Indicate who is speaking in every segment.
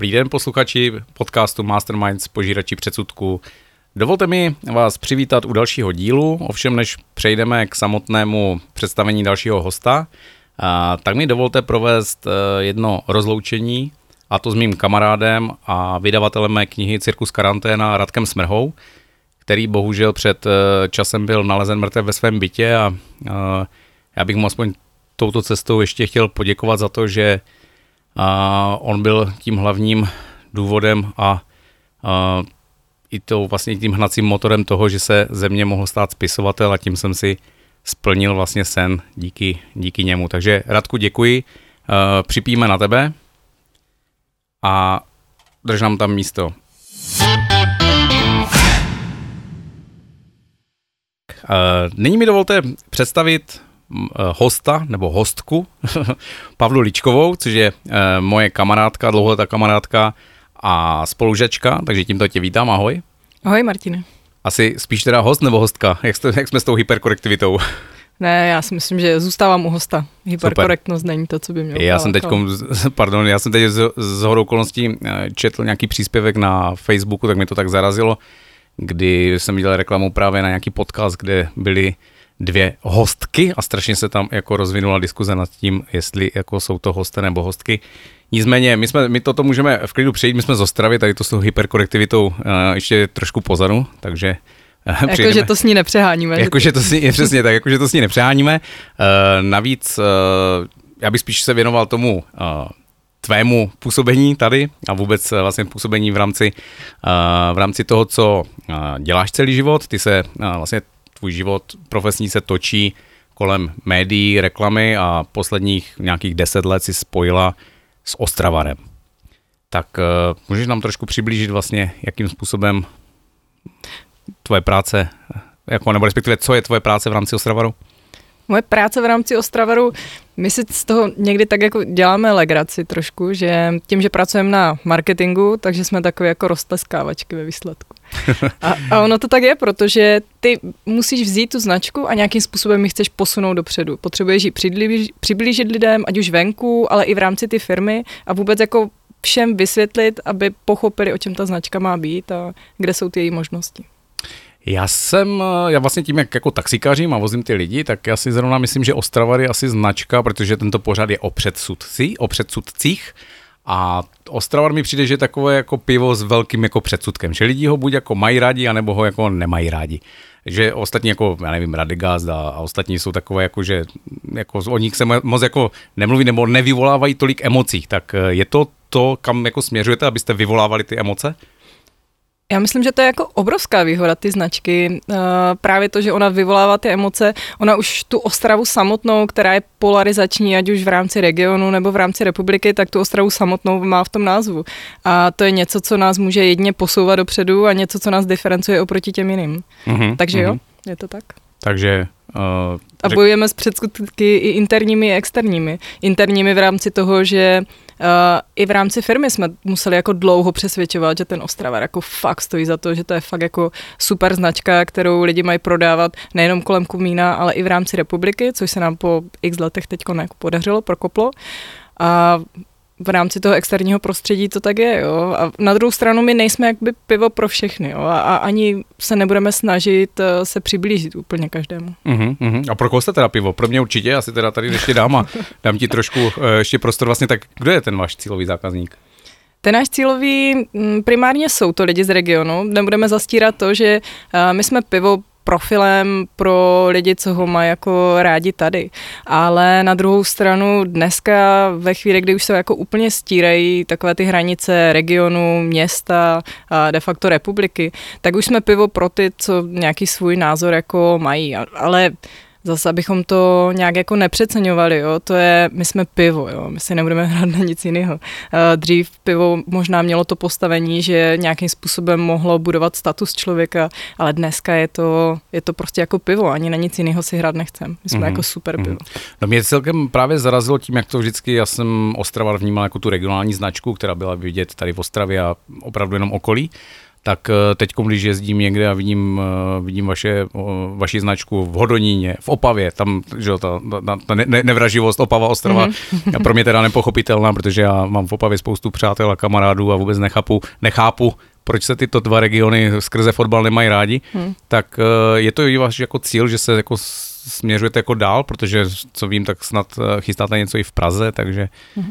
Speaker 1: Dobrý den, posluchači podcastu Masterminds Požírači předsudků. Dovolte mi vás přivítat u dalšího dílu, ovšem než přejdeme k samotnému představení dalšího hosta, tak mi dovolte provést jedno rozloučení, a to s mým kamarádem a vydavatelem mé knihy Cirkus karanténa Radkem Smrhou, který bohužel před časem byl nalezen mrtev ve svém bytě a já bych mu aspoň touto cestou ještě chtěl poděkovat za to, že on byl tím hlavním důvodem a i to vlastně tím hnacím motorem toho, že se ze mě mohl stát spisovatel a tím jsem si splnil vlastně sen díky němu. Takže Radku, děkuji, připijeme na tebe a drž nám tam místo. Nyní mi dovolte představit hosta nebo hostku Pavlu Ličkovou, což je moje kamarádka, dlouholetá kamarádka a spolužačka, takže tímto tě vítám, ahoj.
Speaker 2: Ahoj Martine.
Speaker 1: Asi spíš teda host nebo hostka? Jak jsme s tou hyperkorektivitou?
Speaker 2: Ne, já si myslím, že zůstávám u hosta. Hyperkorektnost není to, co by mělo.
Speaker 1: Já jsem teď z hodou okolností četl nějaký příspěvek na Facebooku, tak mi to tak zarazilo, kdy jsem viděl reklamu právě na nějaký podcast, kde byly dvě hostky a strašně se tam jako rozvinula diskuze nad tím, jestli jako jsou to hosté nebo hostky. Nicméně my toto můžeme v klidu přejít, my jsme z Ostravy, tady to s tou hyperkorektivitou ještě trošku pozadu, takže
Speaker 2: jakože to s ní nepřeháníme.
Speaker 1: Přesně tak, jakože to s ní nepřeháníme. Navíc já bych spíš se věnoval tomu tvému působení tady a vůbec vlastně působení v rámci toho, co děláš celý život. Ty se vlastně tvůj život profesní se točí kolem médií, reklamy a posledních nějakých 10 let si spojila s Ostravarem. Tak můžeš nám trošku přiblížit vlastně, jakým způsobem tvoje práce, nebo respektive co je tvoje práce v rámci Ostravaru?
Speaker 2: Moje práce v rámci Ostravaru, my si z toho někdy tak jako děláme legraci trošku, že tím, že pracujeme na marketingu, takže jsme takové jako roztleskávačky ve výsledku. A ono to tak je, protože ty musíš vzít tu značku a nějakým způsobem ji chceš posunout dopředu. Potřebuješ ji přiblížit lidem, ať už venku, ale i v rámci ty firmy a vůbec jako všem vysvětlit, aby pochopili, o čem ta značka má být a kde jsou ty její možnosti.
Speaker 1: Já vlastně tím, jak jako taxikářím a vozím ty lidi, tak já si zrovna myslím, že Ostravar je asi značka, protože tento pořad je o předsudcích a Ostravar mi přijde, že je takové jako pivo s velkým jako předsudkem, že lidi ho buď jako mají rádi, anebo ho jako nemají rádi. Že ostatní jako, já nevím, Radegast a ostatní jsou takové jako, že jako o nich se moc jako nemluví nebo nevyvolávají tolik emocí, tak je to, kam jako směřujete, abyste vyvolávali ty emoce?
Speaker 2: Já myslím, že to je jako obrovská výhoda ty značky. Právě to, že ona vyvolává ty emoce, ona už tu Ostravu samotnou, která je polarizační, ať už v rámci regionu nebo v rámci republiky, tak tu Ostravu samotnou má v tom názvu. A to je něco, co nás může jedině posouvat dopředu a něco, co nás diferencuje oproti těm jiným. Takže jo, je to tak.
Speaker 1: Takže
Speaker 2: a bojujeme s předsudky i interními, i externími. Interními v rámci toho, že i v rámci firmy jsme museli jako dlouho přesvědčovat, že ten Ostravar jako fakt stojí za to, že to je fakt jako super značka, kterou lidi mají prodávat nejenom kolem komína, ale i v rámci republiky, což se nám po x letech teď podařilo, prokoplo. A v rámci toho externího prostředí to tak je, jo. A na druhou stranu my nejsme jakby pivo pro všechny, jo. A ani se nebudeme snažit se přiblížit úplně každému.
Speaker 1: A pro koho jste teda pivo? Pro mě určitě, já si teda tady ještě dám ti trošku ještě prostor vlastně, tak kdo je ten váš cílový zákazník?
Speaker 2: Ten náš cílový primárně jsou to lidi z regionu. Nebudeme zastírat to, že my jsme pivo profilem pro lidi, co ho mají jako rádi tady. Ale na druhou stranu dneska ve chvíli, kdy už se jako úplně stírají takové ty hranice regionu, města a de facto republiky, tak už jsme pivo pro ty, co nějaký svůj názor jako mají. Ale zase, abychom to nějak jako nepřeceňovali, jo, my jsme pivo, jo, my si nebudeme hrát na nic jiného. Dřív pivo možná mělo to postavení, že nějakým způsobem mohlo budovat status člověka, ale dneska je to prostě jako pivo, ani na nic jiného si hrát nechcem. My jsme jako super pivo.
Speaker 1: No mě celkem právě zarazilo tím, jak to vždycky, já jsem Ostravar vnímal jako tu regionální značku, která byla vidět tady v Ostravě a opravdu jenom okolí. tak teď, když jezdím někde a vidím vaši značku v Hodoníně, v Opavě, tam, že ta nevraživost Opava, Ostrava, pro mě teda nepochopitelná, protože já mám v Opavě spoustu přátel a kamarádů a vůbec nechápu, proč se tyto dva regiony skrze fotbal nemají rádi, tak je to i váš jako cíl, že se jako směřujete jako dál, protože co vím, tak snad chystáte něco i v Praze, takže...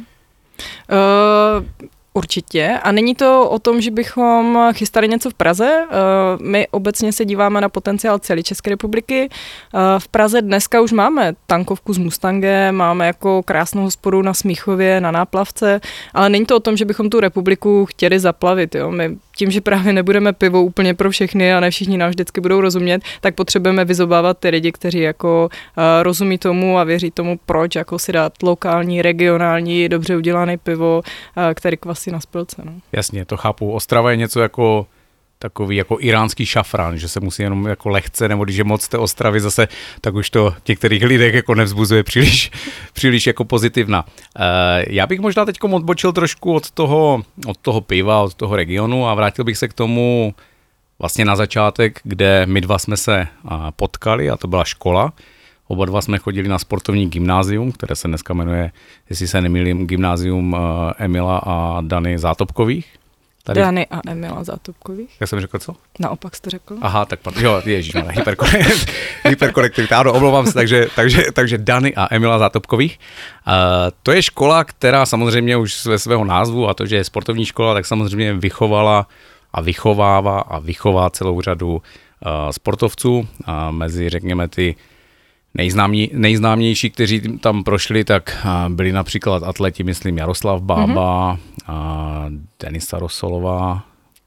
Speaker 2: Určitě. A není to o tom, že bychom chystali něco v Praze. My obecně se díváme na potenciál celé České republiky. V Praze dneska už máme tankovku s Mustangem, máme jako krásnou hospodu na Smíchově, na Náplavce, ale není to o tom, že bychom tu republiku chtěli zaplavit. Jo? My tím, že právě nebudeme pivo úplně pro všechny a ne všichni nás vždycky budou rozumět, tak potřebujeme vyzobávat ty lidi, kteří jako rozumí tomu a věří tomu, proč jako si dát lokální, regionální, dobře udělané pivo, který kvasí na spilce. No.
Speaker 1: Jasně, to chápu. Ostrava je něco jako takový jako iránský šafrán, že se musí jenom jako lehce, nebo když je moc té Ostravy zase, tak už to některých lidech jako nevzbuzuje příliš jako pozitivna. Já bych možná teď odbočil trošku od toho piva, od toho regionu a vrátil bych se k tomu vlastně na začátek, kde my dva jsme se potkali a to byla škola. Oba dva jsme chodili na sportovní gymnázium, které se dneska jmenuje, jestli se nemýlím, gymnázium Emila a Dany Zátopkových.
Speaker 2: Tady... Dany a Emila Zátopkových.
Speaker 1: Jak jsem řekl co?
Speaker 2: Naopak jste řekl.
Speaker 1: Aha, tak jo, ježišmarja, hyperkonektivita, ano, omlouvám se, takže Dany a Emila Zátopkových. To je škola, která samozřejmě už ve svého názvu a to, že je sportovní škola, tak samozřejmě vychovala a vychovává a vychová celou řadu sportovců. Mezi, řekněme, ty nejznámější, kteří tam prošli, tak byli například atleti, myslím, Jaroslav Bába, Denisa Rosolová,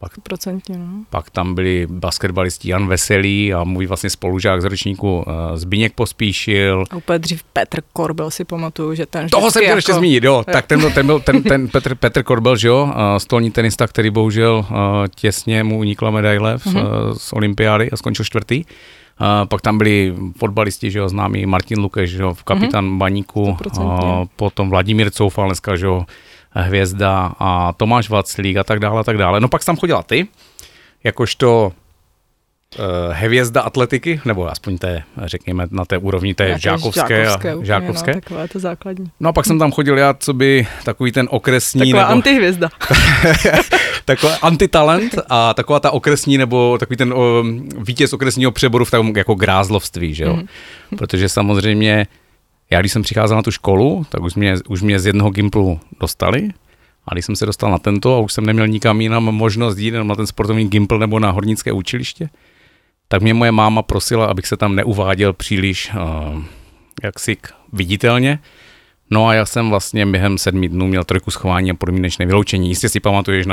Speaker 1: pak tam byli basketbalisti Jan Veselý a můj vlastně spolužák z ročníku Zbyněk Pospíšil.
Speaker 2: A úplně dřív Petr Korbel, si pamatuju, že ten
Speaker 1: toho jsem chtěl ještě zmínit, jo, tak ten byl Petr Korbel, že jo, stolní tenista, který bohužel těsně mu unikla medaile z olympiády a skončil 4. Pak tam byli fotbalisti, že jo, známý Martin Lukeš, že jo, kapitán Baníku, potom Vladimír Coufal, dneska, že jo, hvězda a Tomáš Vaclík a tak dále, a tak dále. No pak tam chodila ty, jakožto hvězda atletiky, nebo aspoň té, řekněme, na té úrovni té žákovské.
Speaker 2: No, takové to základní.
Speaker 1: No a pak jsem tam chodil já, co by takový ten okresní...
Speaker 2: Taková antihvězda.
Speaker 1: Takový antitalent a taková ta okresní, nebo takový ten vítěz okresního přeboru v takovém jako grázlovství, že jo. Protože samozřejmě, já když jsem přicházel na tu školu, tak už mě z jednoho gimplu dostali. A když jsem se dostal na tento a už jsem neměl nikam jinam možnost jít na ten sportovní gimpl nebo na hornické učiliště, tak mě moje máma prosila, abych se tam neuváděl příliš jaksi viditelně. No a já jsem vlastně během 7 dnů měl 3 schování a podmínečné vyloučení. Jistě si pamatuješ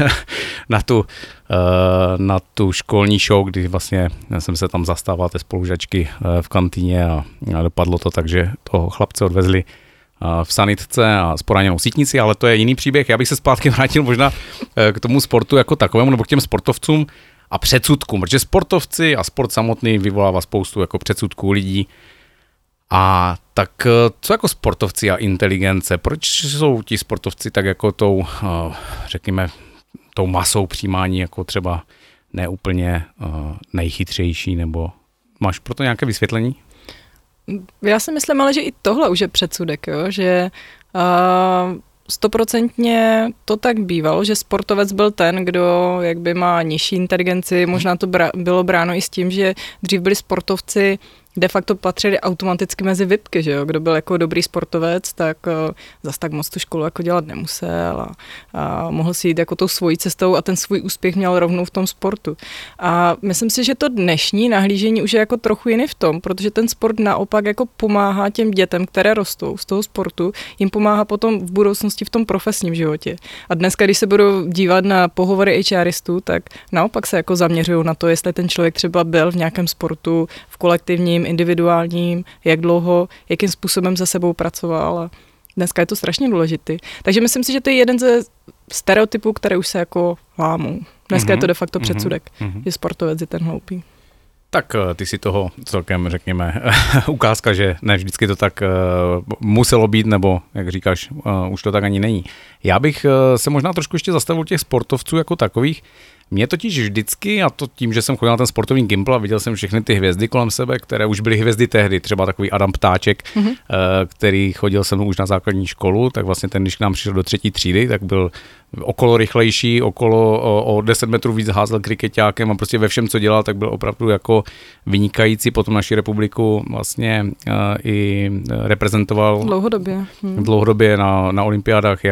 Speaker 1: na tu školní show, kdy vlastně jsem se tam zastával té spolužačky v kantýně a dopadlo to tak, že toho chlapce odvezli v sanitce a s poraněnou sítnici, ale to je jiný příběh. Já bych se zpátky vrátil možná k tomu sportu jako takovému, nebo k těm sportovcům a předsudkům, protože sportovci a sport samotný vyvolává spoustu jako předsudků lidí. A tak co jako sportovci a inteligence? Proč jsou ti sportovci tak jako tou, řekněme, tou masou přijímání jako třeba neúplně nejchytřejší, nebo máš pro to nějaké vysvětlení?
Speaker 2: Já si myslím, ale že i tohle už je předsudek, jo? Že 100% to tak bývalo, že sportovec byl ten, kdo jakby má nižší inteligenci, možná to bylo bráno i s tím, že dřív byli sportovci de facto patřili automaticky mezi VIPky, že jo? Kdo byl jako dobrý sportovec, tak zas tak moc tu školu jako dělat nemusel a mohl si jít jako tou svojí cestou a ten svůj úspěch měl rovnou v tom sportu. A myslím si, že to dnešní nahlížení už je jako trochu jiný v tom, protože ten sport naopak jako pomáhá těm dětem, které rostou z toho sportu, jim pomáhá potom v budoucnosti v tom profesním životě. A dneska, když se budou dívat na pohovory HRistů, tak naopak se jako zaměřují na to, jestli ten člověk třeba byl v nějakém sportu, v kolektivním, individuálním, jak dlouho, jakým způsobem se sebou pracoval. A dneska je to strašně důležitý. Takže myslím si, že to je jeden ze stereotypů, které už se jako lámou. Dneska je to de facto předsudek, že sportovec je ten hloupý.
Speaker 1: Tak ty si toho celkem, řekněme, ukázka, že ne vždycky to tak muselo být, nebo jak říkáš, už to tak ani není. Já bych se možná trošku ještě zastavil těch sportovců jako takových. Mě totiž vždycky, a to tím, že jsem chodil na ten sportovní gimbal a viděl jsem všechny ty hvězdy kolem sebe, které už byly hvězdy tehdy, třeba takový Adam Ptáček, který chodil se mnou už na základní školu, tak vlastně ten, když k nám přišel do 3. třídy, tak byl okolo rychlejší, okolo o 10 metrů víc házel krikeťákem a prostě ve všem, co dělal, tak byl opravdu jako vynikající. Potom naši republiku vlastně i reprezentoval dlouhodobě na olympiádách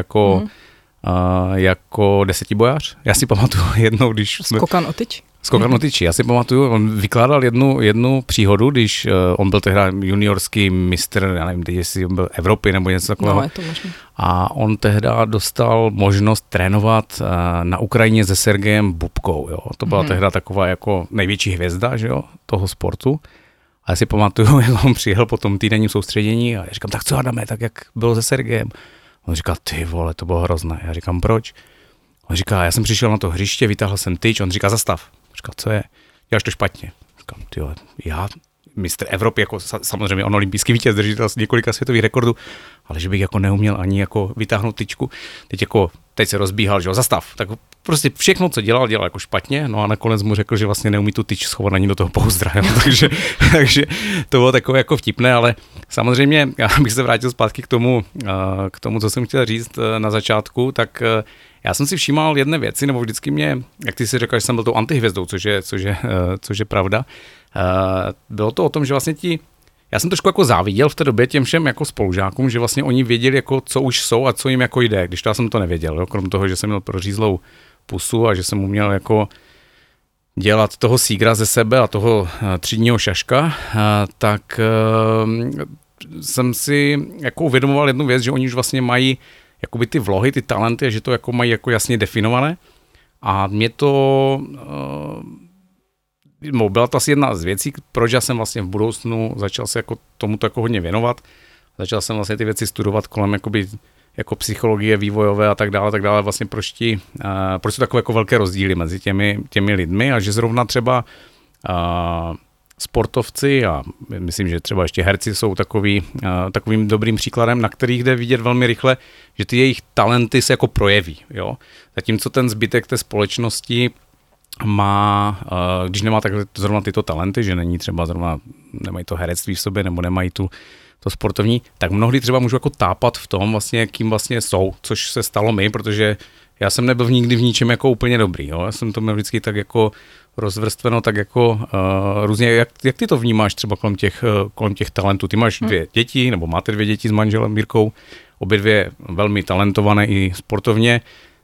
Speaker 1: jako desetibojář. Já si pamatuju jednou, když
Speaker 2: Skokan o tyč?
Speaker 1: Skokan o tyči. Já si pamatuju, on vykládal jednu příhodu, když on byl tehdy juniorský mistr, já nevím, jestli on byl Evropy nebo něco takového.
Speaker 2: No, je to možná.
Speaker 1: A on tehdy dostal možnost trénovat na Ukrajině se Sergejem Bubkou. Jo. To byla tehdy taková jako největší hvězda, že jo, toho sportu. A já si pamatuju, jak on přijel po tom týdenním soustředění a já říkám, tak co Adame, tak jak bylo se Sergejem? On říká, ty vole, to bylo hrozné. Já říkám, proč? On říká, já jsem přišel na to hřiště, vytáhl jsem tyč, on říká, zastav. Říká, co je? Děláš to špatně. Říkám, ty vole, já, mistr Evropy, jako samozřejmě on olympijský vítěz, držitel několika světových rekordů, ale že bych jako neuměl ani jako vytáhnout tyčku. Teď se rozbíhal, že jo, zastav. Tak prostě všechno, co dělal jako špatně, no a nakonec mu řekl, že vlastně neumí tu tyč schovat ani do toho pouzdra, jo. takže to bylo takové jako vtipné, ale samozřejmě, já bych se vrátil zpátky k tomu, co jsem chtěl říct na začátku, tak já jsem si všímal jedné věci, nebo vždycky mě, jak ty si řekl, že jsem byl tou antihvězdou, což je pravda, bylo to o tom, že vlastně já jsem trošku jako záviděl v té době těm všem jako spolužákům, že vlastně oni věděli, jako, co už jsou a co jim jako jde, když to já jsem to nevěděl, jo? Krom toho, že jsem měl prořízlou pusu a že jsem uměl jako dělat toho sígra ze sebe a toho třídního šaška, tak jsem si jako uvědomoval jednu věc, že oni už vlastně mají jakoby ty vlohy, ty talenty a že to jako mají jako jasně definované a mě to byla to asi jedna z věcí, proč já jsem vlastně v budoucnu začal se jako tomuto jako hodně věnovat. Začal jsem vlastně ty věci studovat kolem jakoby, jako psychologie vývojové a tak dále, vlastně proč jsou takové jako velké rozdíly mezi těmi lidmi a že zrovna třeba sportovci a myslím, že třeba ještě herci jsou takovým dobrým příkladem, na kterých jde vidět velmi rychle, že ty jejich talenty se jako projeví. Jo? Zatímco ten zbytek té společnosti má, když nemá takhle zrovna tyto talenty, že není třeba zrovna, nemají to herectví v sobě nebo nemají to sportovní, tak mnohdy třeba můžu jako tápat v tom vlastně, kým vlastně jsou, což se stalo mi, protože já jsem nebyl nikdy v ničem jako úplně dobrý, jo? Já jsem to měl vždycky tak jako rozvrstveno, tak jako různě, jak ty to vnímáš třeba kolem těch talentů? Ty máš 2 děti, nebo máte 2 děti s manželem Mírkou, obě 2 velmi talentované i sportovně,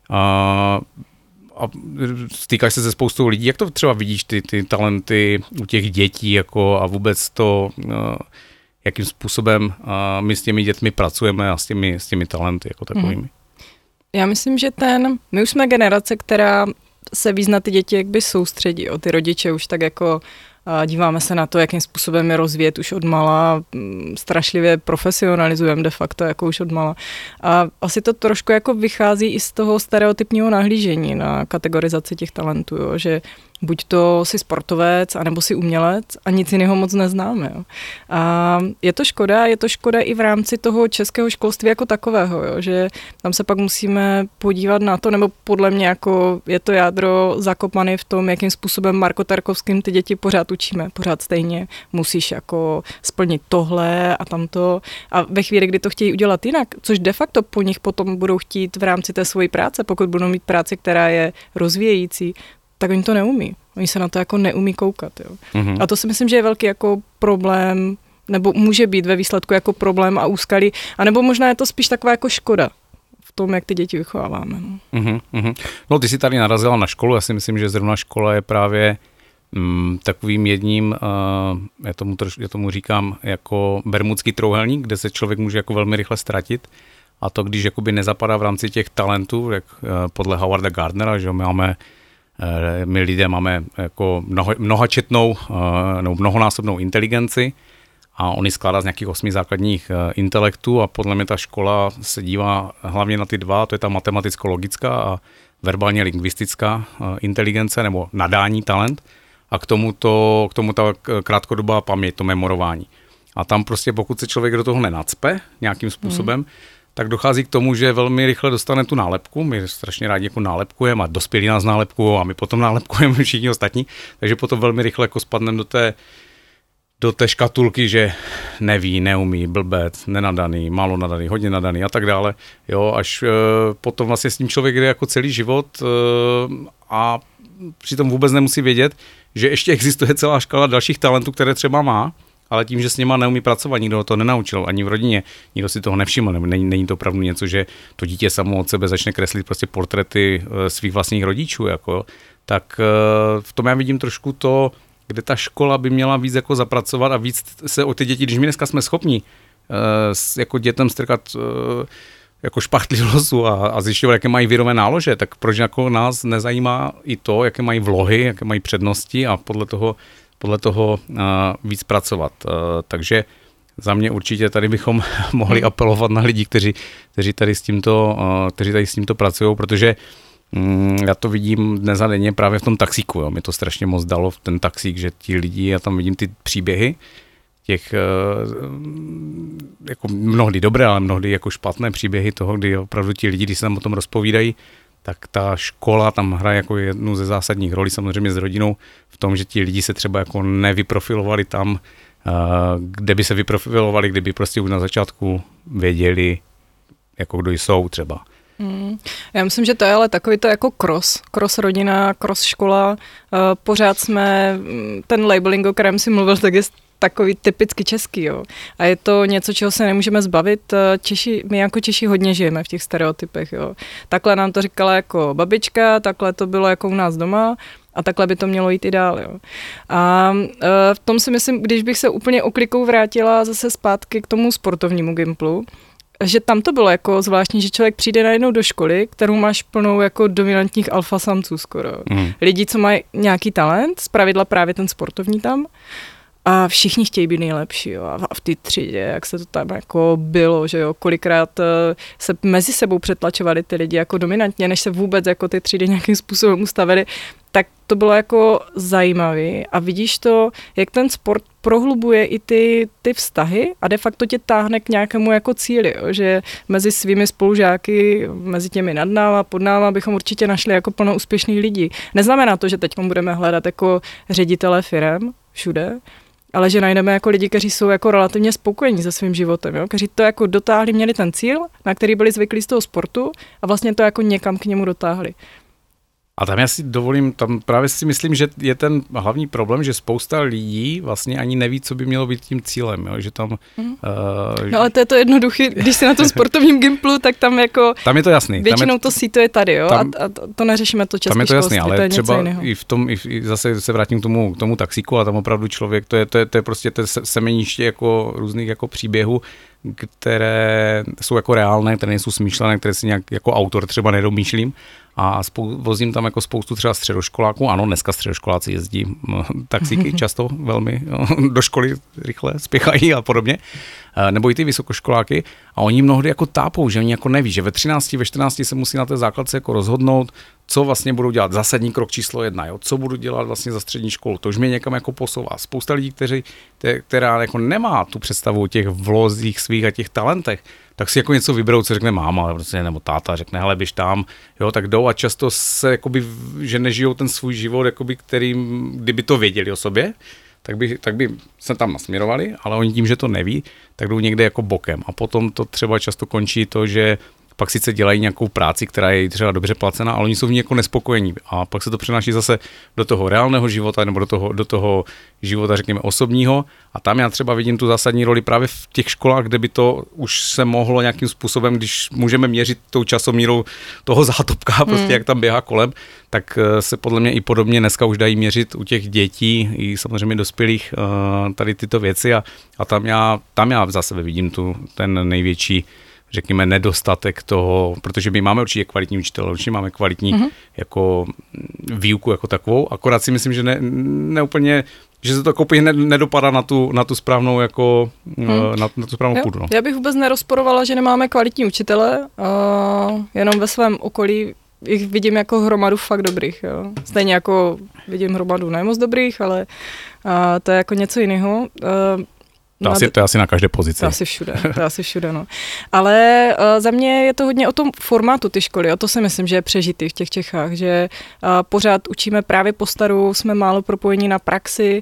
Speaker 1: a stýkáš se se spoustou lidí, jak to třeba vidíš ty talenty u těch dětí jako a vůbec to, jakým způsobem my s těmi dětmi pracujeme a s těmi talenty jako takovými?
Speaker 2: Já myslím, že my už jsme generace, která se víc na ty děti jakby soustředí, ty rodiče už tak jako díváme se na to, jakým způsobem je rozvíjet už od mala, strašlivě profesionalizujeme de facto jako už od mala. A asi to trošku jako vychází i z toho stereotypního nahlížení na kategorizaci těch talentů, jo? Že buď to si sportovec, anebo si umělec a nic jiného moc neznáme. Jo? A je to škoda i v rámci toho českého školství jako takového, jo? Že tam se pak musíme podívat na to, nebo podle mě jako je to jádro zakopané v tom, jakým způsobem Marko Tarkovským ty děti pořád učíme, pořád stejně. Musíš jako splnit tohle a tamto. A ve chvíli, kdy to chtějí udělat jinak, což de facto po nich potom budou chtít v rámci té své práce, pokud budou mít práci, která je rozvíjející, tak oni to neumí. Oni se na to jako neumí koukat. Jo. Mm-hmm. A to si myslím, že je velký jako problém, nebo může být ve výsledku jako problém a úskalí, anebo možná je to spíš taková jako škoda v tom, jak ty děti vychováváme. No,
Speaker 1: no ty jsi tady narazila na školu, já si myslím, že zrovna škola je právě takovým jedním, já tomu říkám jako bermudský trouhelník, kde se člověk může jako velmi rychle ztratit. A to, když jakoby nezapadá v rámci těch talentů, jak podle Howarda Gardnera, že my lidé máme jako mnohačetnou nebo mnohonásobnou inteligenci a on ji skládá z nějakých 8 základních intelektů a podle mě ta škola se dívá hlavně na ty 2, to je ta matematicko-logická a verbálně lingvistická inteligence nebo nadání, talent a k tomu ta krátkodobá paměť, to memorování. A tam prostě pokud se člověk do toho nenacpe nějakým způsobem, tak dochází k tomu, že velmi rychle dostane tu nálepku. My strašně rádi jako nálepkujeme a dospělí nás nálepkují a my potom nálepkujeme všichni ostatní, takže potom velmi rychle jako spadneme do té škatulky, že neví, neumí, blbec, nenadaný, málo nadaný, hodně nadaný a tak dále. Jo, až potom vlastně s tím člověk jde jako celý život a přitom vůbec nemusí vědět, že ještě existuje celá škala dalších talentů, které třeba má, ale tím, že s nima neumí pracovat, nikdo to nenaučil, ani v rodině, nikdo si toho nevšiml, nebo není to opravdu něco, že to dítě samo od sebe začne kreslit prostě portréty svých vlastních rodičů, jako, tak v tom já vidím trošku to, kde ta škola by měla víc jako zapracovat a víc se o ty děti, když my dneska jsme schopni jako dětem strkat jako špachtli losu a zjišťovat, jaké mají virové nálože, tak proč jako nás nezajímá i to, jaké mají vlohy, jaké mají přednosti a podle toho víc pracovat. Takže za mě určitě tady bychom mohli apelovat na lidi, kteří tady s tímto pracují, protože já to vidím dnes a denně právě v tom taxíku. Jo. Mi to strašně moc dalo v ten taxík, že ti lidi, já tam vidím ty příběhy, těch jako mnohdy dobré, ale mnohdy jako špatné příběhy toho, kdy opravdu ti lidi, když se tam o tom rozpovídají, tak ta škola tam hraje jako jednu ze zásadních rolí, samozřejmě s rodinou, v tom, že ti lidi se třeba jako nevyprofilovali tam, kde by se vyprofilovali, kdyby prostě už na začátku věděli, jako kdo jsou třeba.
Speaker 2: Já myslím, že to je ale takový to jako cross rodina, cross škola. Pořád jsme, ten labeling, o kterém si mluvil, tak je takový typicky český, jo. A je to něco, čeho se nemůžeme zbavit. My jako Češi hodně žijeme v těch stereotypech, jo. Takhle nám to říkala jako babička, takhle to bylo jako u nás doma a takhle by to mělo jít i dál, jo. A v tom si myslím, když bych se úplně oklikou vrátila zase zpátky k tomu sportovnímu gymplu, že tam to bylo jako zvláštní, že člověk přijde najednou do školy, kterou máš plnou jako dominantních alfa samců skoro. Lidi, co mají nějaký talent, zpravidla právě ten sportovní tam, a všichni chtějí být nejlepší, jo. A v té třídě, jak se to tam jako bylo, že jo, kolikrát se mezi sebou přetlačovali ty lidi jako dominantně, než se vůbec jako ty třídy nějakým způsobem ustavili, tak to bylo jako zajímavé a vidíš to, jak ten sport prohlubuje i ty vztahy a de facto tě táhne k nějakému jako cíli, jo? Že mezi svými spolužáky, mezi těmi nad náma, pod náma bychom určitě našli jako plno úspěšných lidí. Neznamená to, že teď budeme hledat jako ředitele firem všude, ale že najdeme jako lidi, kteří jsou jako relativně spokojení se svým životem, jo? Kteří to jako dotáhli, měli ten cíl, na který byli zvyklí z toho sportu a vlastně to jako někam k němu dotáhli.
Speaker 1: A tam já si dovolím, tam právě si myslím, že je ten hlavní problém, že spousta lidí vlastně ani neví, co by mělo být tím cílem, jo? Že tam...
Speaker 2: No ale to je to jednoduché, když jsi na tom sportovním gymplu, tak tam jako...
Speaker 1: Tam je to jasný.
Speaker 2: Většinou to síto je tady, jo? A to neřešíme to české školství,
Speaker 1: jasný, ale
Speaker 2: to je
Speaker 1: třeba
Speaker 2: něco jiného.
Speaker 1: i zase se vrátím k tomu taxíku, a tam opravdu člověk, to je prostě to semeniště jako různých jako příběhů, které jsou jako reálné, které nejsou smýšlené, které si nějak jako autor třeba nedomýšlím. A vozím tam jako spoustu třeba středoškoláků. Ano, dneska středoškoláci jezdí taxíky často velmi do školy rychle spěchají a podobně. Nebo i ty vysokoškoláky. A oni mnohdy jako tápou, že oni jako neví, že ve 13, ve 14 se musí na té základce jako rozhodnout, co vlastně budou dělat. Zásadní krok číslo 1, jo? Co budu dělat vlastně za střední školu. To už mě někam jako posouvá. Spousta lidí, která jako nemá tu představu o těch vlozích svých a těch talentech, tak si jako něco vyberou, co řekne máma, nebo táta řekne, hele, běž tam, jo, tak jdou a často se, jakoby, že nežijou ten svůj život, jakoby, kterým, kdyby to věděli o sobě, tak by se tam nasměrovali, ale oni tím, že to neví, tak jdou někde jako bokem. A potom to třeba často končí to, že pak sice dělají nějakou práci, která je třeba dobře placená, ale oni jsou v ní jako nespokojení. A pak se to přenáší zase do toho reálného života nebo do toho života, řekněme, osobního. A tam já třeba vidím tu zásadní roli právě v těch školách, kde by to už se mohlo nějakým způsobem, když můžeme měřit tou časomírou toho zátopka, prostě jak tam běhá kolem, tak se podle mě i podobně dneska už dají měřit u těch dětí i samozřejmě dospělých tady tyto věci. A tam já za sebe vidím ten největší, řekněme, nedostatek toho, protože my máme určitě kvalitní učitele, určitě máme kvalitní jako výuku jako takovou, akorát si myslím, že ne úplně, že se to úplně nedopadá na tu správnou jako, na tu správnou půdu. No.
Speaker 2: Já bych vůbec nerozporovala, že nemáme kvalitní učitele, jenom ve svém okolí jich vidím jako hromadu fakt dobrých. Jo. Stejně jako vidím hromadu nemoc dobrých, ale to je jako něco jiného.
Speaker 1: To je asi na každé pozici.
Speaker 2: To je asi všude, no. Ale za mě je to hodně o tom formátu ty školy, o to si myslím, že je přežitý v těch Čechách, že pořád učíme právě po staru, jsme málo propojení na praxi,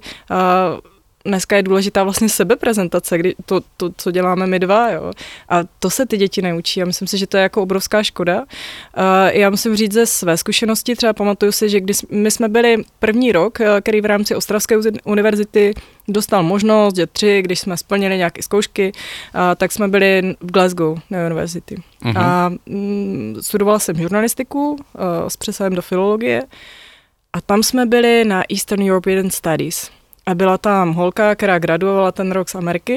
Speaker 2: dneska je důležitá vlastně sebeprezentace, to, co děláme my dva, jo. A to se ty děti neučí a myslím si, že to je jako obrovská škoda. Já musím říct ze své zkušenosti, třeba pamatuju si, že když my jsme byli první rok, který v rámci Ostravské univerzity dostal možnost, že 3, když jsme splnili nějaké zkoušky, tak jsme byli v Glasgow na univerzity. Uh-huh. A studovala jsem žurnalistiku s přesahem do filologie a tam jsme byli na Eastern European Studies. A byla tam holka, která graduovala ten rok z Ameriky.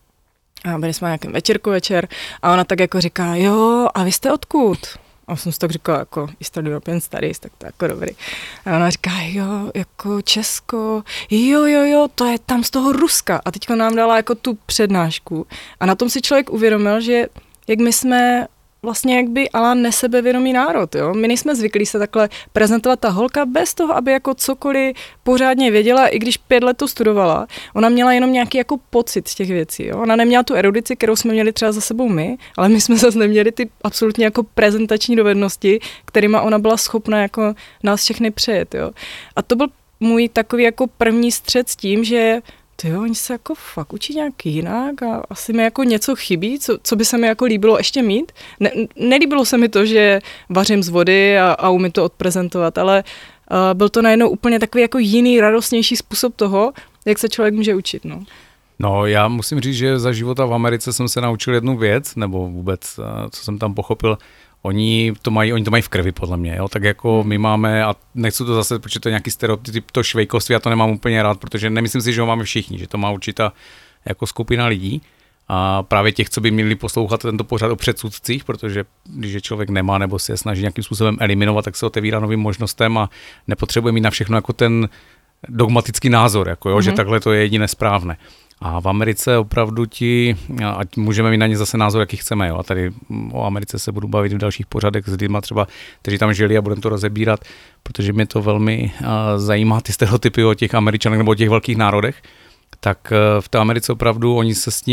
Speaker 2: A byli jsme na nějakém večer a ona tak jako říká, jo, a vy jste odkud? A jsem si tak říkala, jako Eastern European Studies, tak to je jako dobrý. A ona říká, jo, jako Česko, jo, to je tam z toho Ruska. A teďko nám dala jako tu přednášku. A na tom si člověk uvědomil, že jak my jsme vlastně jakby ale nesebevědomý národ, jo. My nejsme zvyklí se takhle prezentovat, ta holka bez toho, aby jako cokoliv pořádně věděla, i když 5 let to studovala. Ona měla jenom nějaký jako pocit z těch věcí, jo. Ona neměla tu erudici, kterou jsme měli třeba za sebou my, ale my jsme zase neměli ty absolutně jako prezentační dovednosti, kterýma ona byla schopna jako nás všechny přejet, jo. A to byl můj takový jako první střet s tím, že oni se jako fakt učí nějak jinak a asi mi jako něco chybí, co by se mi jako líbilo ještě mít. Nelíbilo se mi to, že vařím z vody a umím to odprezentovat, ale byl to najednou úplně takový jako jiný, radostnější způsob toho, jak se člověk může učit, no.
Speaker 1: No, já musím říct, že za života v Americe jsem se naučil jednu věc, nebo vůbec, co jsem tam pochopil, Oni to mají v krvi, podle mě, jo? Tak jako my máme, a nechci to zase, protože to je nějaký stereotyp, to švejkovství, já to nemám úplně rád, protože nemyslím si, že ho máme všichni, že to má určitá jako skupina lidí a právě těch, co by měli poslouchat tento pořad o předsudcích, protože když je člověk nemá nebo se snaží nějakým způsobem eliminovat, tak se otevírá novým možnostem a nepotřebuje mít na všechno jako ten dogmatický názor, jako jo, že takhle to je jediné správné. A v Americe opravdu ať můžeme mít na ně zase názor, jaký chceme. Jo. A tady o Americe se budu bavit v dalších pořadech s lidmi třeba, kteří tam žili a budeme to rozebírat, protože mě to velmi zajímá, ty stereotypy o těch Američanech nebo o těch velkých národech. Tak v té Americe opravdu oni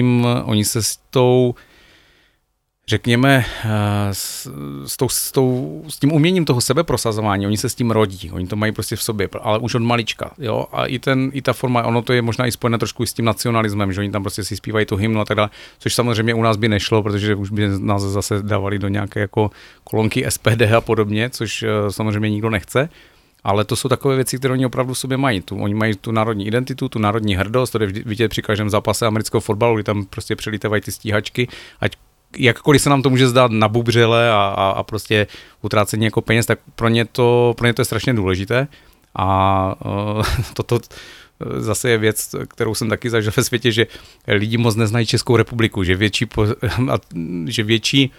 Speaker 1: se s tou, řekněme, s tím uměním toho sebeprosazování, oni se s tím rodí, oni to mají prostě v sobě, ale už od malička, jo, a i ta forma, ono to je možná i spojené trošku s tím nacionalismem, že oni tam prostě si zpívají tu hymnu a tak dále, což samozřejmě u nás by nešlo, protože už by nás zase dávali do nějaké jako kolonky SPD a podobně, což samozřejmě nikdo nechce. Ale to jsou takové věci, které oni opravdu v sobě mají. Oni mají tu národní identitu, tu národní hrdost, to je vidět při každém zápase amerického fotbalu, kdy tam prostě přelítávají ty stíhačky, ať jakkoliv se nám to může zdát nabubřele a prostě utrácení jako peněz, tak pro ně to je strašně důležité. A toto zase je věc, kterou jsem taky zažil ve světě, že lidi moc neznají Českou republiku, že větší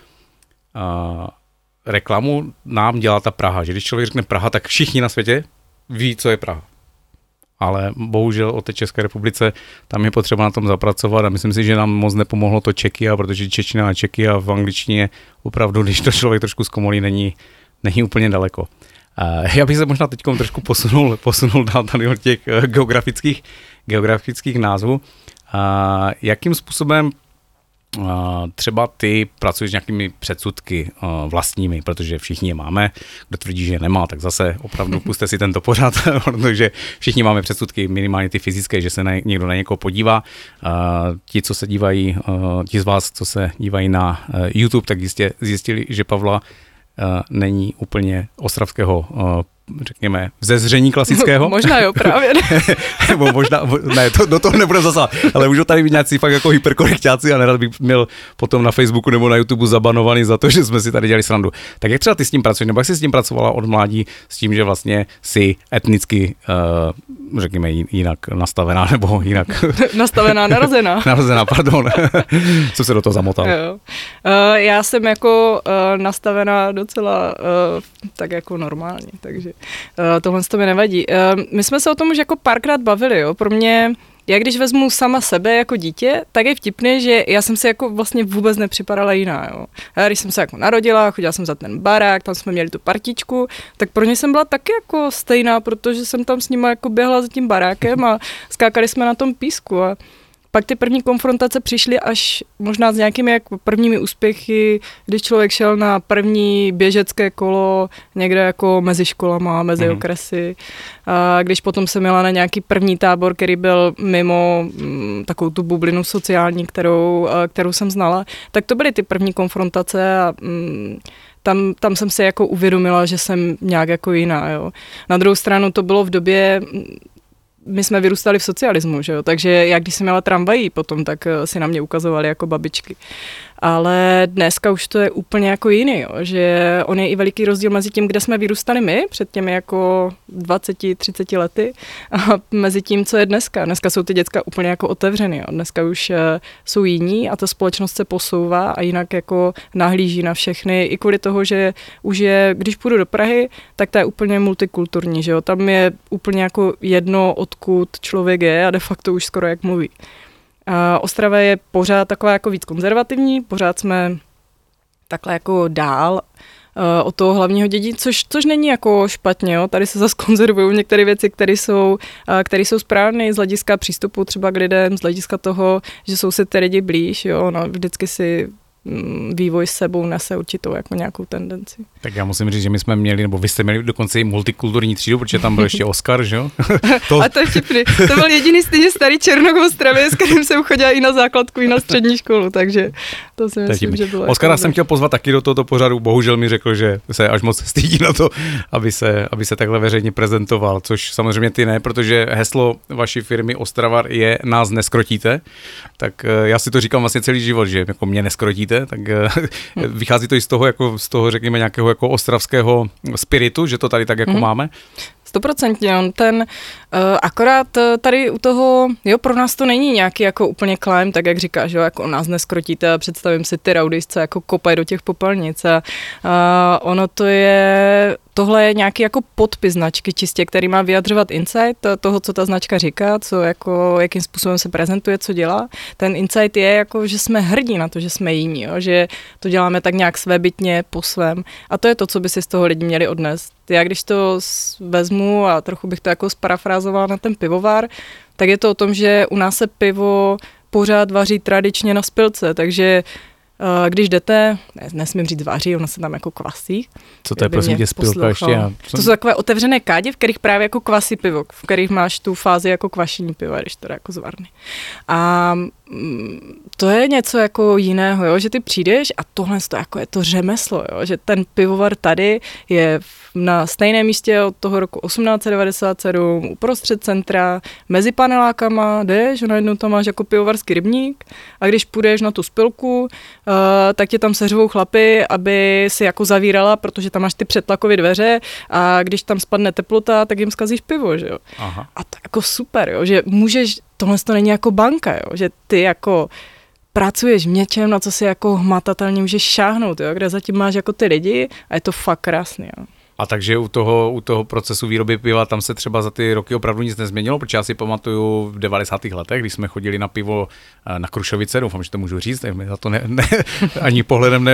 Speaker 1: reklamu nám dělá ta Praha, že když člověk řekne Praha, tak všichni na světě ví, co je Praha. Ale bohužel o té České republice tam je potřeba na tom zapracovat a myslím si, že nám moc nepomohlo to Čekia, protože čeština a Čeky a v angličtině opravdu, když to člověk trošku zkomolí, není úplně daleko. Já bych se možná teď trošku posunul dál tady od těch geografických názvů. Jakým způsobem třeba ty pracuješ s nějakými předsudky vlastními, protože všichni je máme, kdo tvrdí, že je nemá, tak zase opravdu puste si tento pořad, protože všichni máme předsudky, minimálně ty fyzické, že se někdo na někoho podívá. Ti, co se dívají, ti z vás, co se dívají na YouTube, tak jistě zjistili, že Pavla není úplně ostravského, řekněme, vzezření klasického.
Speaker 2: Možná jo, právě.
Speaker 1: Nebo možná, ne, do toho nebudeme zasahovat, ale můžou tady být nějací fakt jako hyperkorektáci a nerad bych měl potom na Facebooku nebo na YouTube zabanovaný za to, že jsme si tady dělali srandu. Tak jak třeba ty s tím pracuješ, nebo jak jsi s tím pracovala od mládí, s tím, že vlastně jsi etnicky, řekněme, jinak nastavená, nebo jinak...
Speaker 2: narozená,
Speaker 1: pardon. Co se do toho zamotal?
Speaker 2: Jo. Já jsem jako nastavená docela tak jako normálně, takže tohle to mi nevadí. My jsme se o tom už jako párkrát bavili, jo. Pro mě, já když vezmu sama sebe jako dítě, tak je vtipné, že já jsem se jako vlastně vůbec nepřipadala jiná, jo. Já když jsem se jako narodila, chodila jsem za ten barák, tam jsme měli tu partičku, tak pro ně jsem byla taky jako stejná, protože jsem tam s nima jako běhla za tím barákem a skákali jsme na tom písku a pak ty první konfrontace přišly až možná s nějakými jako prvními úspěchy, když člověk šel na první běžecké kolo někde jako mezi školama, mezi okresy. A když potom jsem jela na nějaký první tábor, který byl mimo takovou tu bublinu sociální, kterou jsem znala, tak to byly ty první konfrontace a tam jsem si jako uvědomila, že jsem nějak jako jiná, jo. Na druhou stranu to bylo v době, my jsme vyrůstali v socialismu, že jo, takže jak když jsem jela tramvají potom, tak si na mě ukazovali jako babičky. Ale dneska už to je úplně jako jiný, jo, že on je i veliký rozdíl mezi tím, kde jsme vyrůstali my, před těmi jako 20-30 lety, a mezi tím, co je dneska. Dneska jsou ty děcka úplně jako otevřený, jo. Dneska už jsou jiní a ta společnost se posouvá a jinak jako nahlíží na všechny, i kvůli toho, že už je, když půjdu do Prahy, tak to je úplně multikulturní, že jo, tam je úplně jako jedno, odkud člověk je a de facto už skoro jak mluví. Ostrava je pořád taková jako víc konzervativní, pořád jsme takhle jako dál od toho hlavního dědí, což není jako špatně, jo. Tady se zase konzervují některé věci, které jsou správné z hlediska přístupu třeba k lidem, z hlediska toho, že jsou se ty lidi blíž, jo. No, vždycky si vývoj s sebou nese určitou jako nějakou tendenci.
Speaker 1: Tak já musím říct, že my jsme měli, nebo vy jste měli dokonce i multikulturní třídu, protože tam byl ještě Oskar, že jo?
Speaker 2: A to je vtipný. To byl jediný stejně starý Černok v Ostravě, s kterým jsem chodila i na základku, i na střední školu, takže to si myslím, že bylo.
Speaker 1: Oskara jako jsem chtěl pozvat taky do tohoto pořadu, bohužel mi řekl, že se až moc stydí na to, aby se takhle veřejně prezentoval, což samozřejmě ty ne, protože heslo vaší firmy Ostravar je nás neskrotíte, tak já si to říkám vlastně celý život, že jako mě neskrotíte, tak vychází to i z toho řekněme nějakého jako ostravského spiritu, že to tady tak jako máme.
Speaker 2: 100%, akorát tady u toho, jo, pro nás to není nějaký jako úplně climb, tak jak říkáš, jo, jako nás neskrotíte a představím si ty raudisce jako kopají do těch popelnic a ono to je, tohle je nějaký jako podpis značky čistě, který má vyjadřovat insight toho, co ta značka říká, co jako, jakým způsobem se prezentuje, co dělá. Ten insight je jako, že jsme hrdí na to, že jsme jiní, jo, že to děláme tak nějak svébytně po svém a to je to, co by si z toho lidi měli odnést. Já když to vezmu a trochu bych to jako sparafrázovala na ten pivovar, tak je to o tom, že u nás se pivo pořád vaří tradičně na spilce, takže když jdete, nesmím říct vaří, ono se tam jako kvasí.
Speaker 1: Co to je, prosím tě, spilka ještě?
Speaker 2: To jsou takové otevřené kádě, v kterých právě jako kvasí pivo, v kterých máš tu fázi jako kvašení piva, když to je jako zvarný. A to je něco jako jiného, jo? Že ty přijdeš a tohle jako je to řemeslo, jo? Že ten pivovar tady je na stejném místě od toho roku 1897, uprostřed centra, mezi panelákama, jdeš, najednou tam máš jako pivovarský rybník a když půjdeš na tu spilku, tak tě tam seřvou chlapy, aby si jako zavírala, protože tam máš ty přetlakové dveře a když tam spadne teplota, tak jim zkazíš pivo, že jo. Aha. A to jako super, jo? Že můžeš, tohle to není jako banka, jo? Že ty jako pracuješ v něčem, na co si jako hmatatelně můžeš šáhnout, jo? Kde zatím máš jako ty lidi a je to fakt krásný, jo.
Speaker 1: A takže u toho procesu výroby piva tam se třeba za ty roky opravdu nic nezměnilo, protože já si pamatuju v 90. letech, když jsme chodili na pivo na Krušovice, doufám, že to můžu říct, za to ani pohledem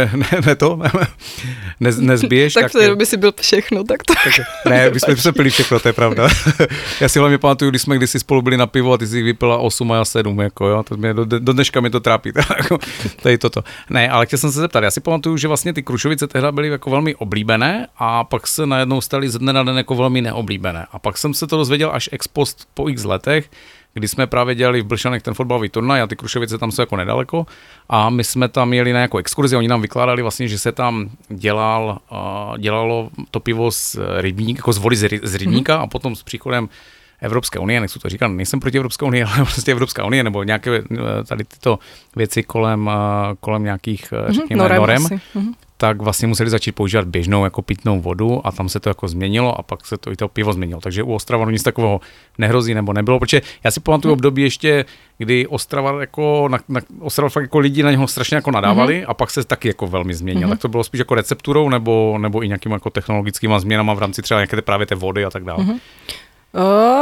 Speaker 1: nezbiješ.
Speaker 2: Tak v té době si byl všechno, tak to...
Speaker 1: Ne, my jsme pili všechno, to je pravda. Já si hlavně pamatuju, když jsme kdysi spolu byli na pivo a ty si vypila 8 a já 7, jako jo, to mě, do dneška mi to trápí, tady toto. Ne, ale chtěl jsem se zeptat, já si pamatuju, že vlastně ty Krušovice tehdy byly jako velmi oblíbené a pak se najednou staly ze dne na den jako velmi neoblíbené. A pak jsem se to dozvěděl až ex post po x letech, kdy jsme právě dělali v Blšanech ten fotbalový turnaj a ty Krušovice tam jsou jako nedaleko a my jsme tam jeli na jako exkurzi, oni nám vykládali vlastně, že se tam dělalo to pivo z rybníka, jako z vody z rybníka a potom s příchodem Evropské unie, nechci to říkat, nejsem proti Evropské unii, ale prostě Evropská unie nebo nějaké tady tyto věci kolem nějakých, řekněme, norem. Tak vlastně museli začít používat běžnou jako pitnou vodu a tam se to jako změnilo a pak se to i to pivo změnilo. Takže u Ostravanu nic takového nehrozí nebo nebylo, protože já si pamatuju období ještě, kdy Ostravar jako Ostravar fakt jako lidi na něho strašně jako nadávali a pak se taky jako velmi změnil. Tak to bylo spíš jako recepturou nebo i nějakým jako technologickými změnama v rámci třeba nějaké právě té vody a tak dále.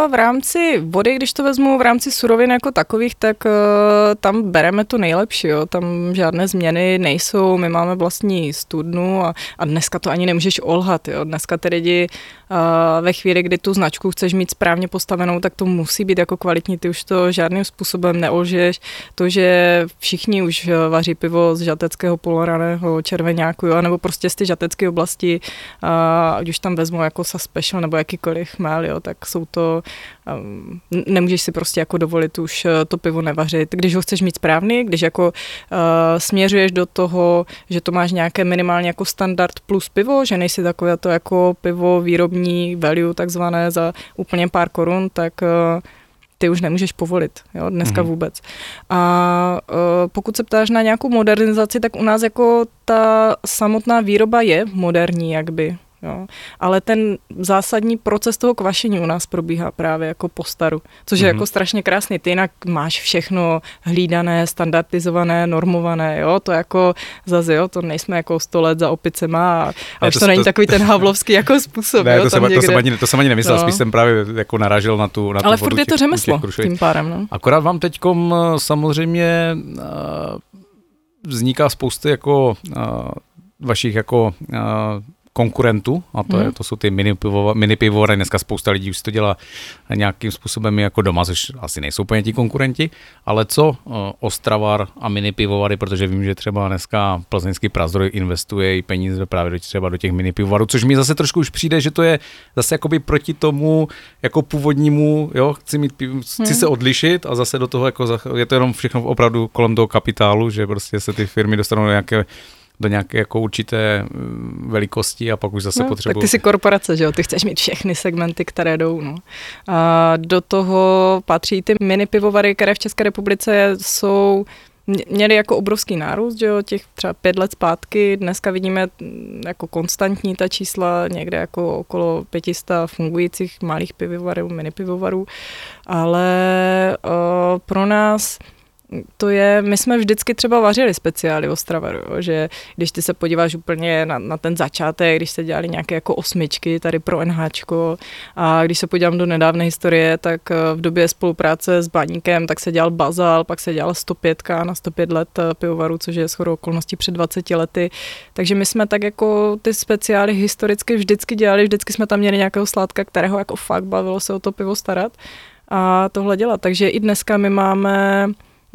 Speaker 2: Jo, v rámci vody, když to vezmu v rámci surovin jako takových, tak tam bereme to nejlepší, jo. Tam žádné změny nejsou, my máme vlastní studnu a dneska to ani nemůžeš olhat, jo. Dneska ty lidi ve chvíli, kdy tu značku chceš mít správně postavenou, tak to musí být jako kvalitní, ty už to žádným způsobem neolžeš. To, že všichni už vaří pivo z žateckého poloraného červeňáku, jo, nebo prostě z ty žatecké oblasti, ať už tam vezmu jako sa special nebo jakýkoliv chmel, jo, tak jsou to, nemůžeš si prostě jako dovolit už to pivo nevařit. Když ho chceš mít správný, když jako směřuješ do toho, že to máš nějaké minimálně jako standard plus pivo, že nejsi takové to jako pivo výrobní value takzvané za úplně pár korun, tak ty už nemůžeš povolit, jo, dneska vůbec. A pokud se ptáš na nějakou modernizaci, tak u nás jako ta samotná výroba je moderní, jakby. Jo. Ale ten zásadní proces toho kvašení u nás probíhá právě jako po staru, což je jako strašně krásný. Ty jinak máš všechno hlídané, standardizované, normované, jo, to jako zase, jo, to nejsme jako 100 let za opicema a už to není takový ten havlovský jako způsob.
Speaker 1: Ne,
Speaker 2: jo,
Speaker 1: to jsem ani nemyslel, spíš jsem právě jako narážel na tu
Speaker 2: ale
Speaker 1: vodu.
Speaker 2: furt je to řemeslo tím pádem, no.
Speaker 1: Akorát vám teďkom samozřejmě vzniká spousty jako vašich jako konkurentů, a to jsou ty mini pivovary. Dneska spousta lidí už si to dělá nějakým způsobem jako doma, což asi nejsou úplně ti konkurenti, ale co Ostravar a mini pivovary, protože vím, že třeba dneska plzeňský Prazdroj investuje i peníze právě třeba do těch mini pivovarů, což mi zase trošku už přijde, že to je zase jakoby proti tomu jako původnímu, jo, chci se odlišit a zase do toho jako je to jenom všechno opravdu kolem toho kapitálu, že prostě se ty firmy dostanou do nějaké jako určité velikosti a pak už zase potřebují.
Speaker 2: Tak ty jsi korporace, že jo, ty chceš mít všechny segmenty, které jdou, no. A do toho patří ty mini pivovary, které v České republice měly jako obrovský nárůst, že jo, těch třeba 5 let zpátky, dneska vidíme jako konstantní ta čísla, někde jako okolo 500 fungujících malých pivovarů, mini pivovarů, ale pro nás my jsme vždycky třeba vařili speciály Ostravaru, že když ty se podíváš úplně na ten začátek, když se dělali nějaké jako 8 tady pro NHčko a když se podívám do nedávné historie, tak v době spolupráce s Baníkem, tak se dělal Bazal, pak se dělal 105 na 105 let pivovaru, což je shodou okolností před 20 lety. Takže my jsme tak jako ty speciály historicky vždycky dělali, vždycky jsme tam měli nějakého sládka, kterého jako fakt bavilo se o to pivo starat a tohle dělat. Takže i dneska my máme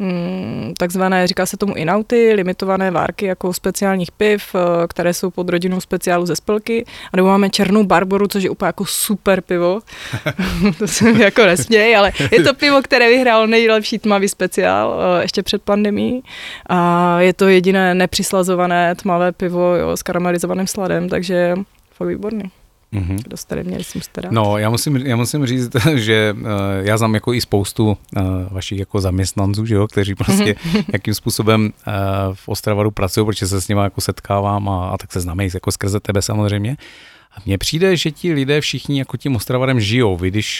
Speaker 2: takzvané, říká se tomu inauty, limitované várky jako speciálních piv, které jsou pod rodinou speciálu ze Spilky. A nebo máme Černou Barboru, což je úplně jako super pivo. To se mi jako nesměj, ale je to pivo, které vyhrálo nejlepší tmavý speciál ještě před pandemií. A je to jediné nepřislazované tmavé pivo, jo, s karamelizovaným sladem, takže fakt výborný. Kdo jste měli, jsem jste rád.
Speaker 1: No, já musím říct, že já znám jako i spoustu vašich jako zaměstnanců, že jo, kteří prostě jakým způsobem v Ostravaru pracují, protože se s nimi jako setkávám a tak se známe jako skrze tebe samozřejmě. A mně přijde, že ti lidé všichni jako tím Ostravarem žijou. Vy když,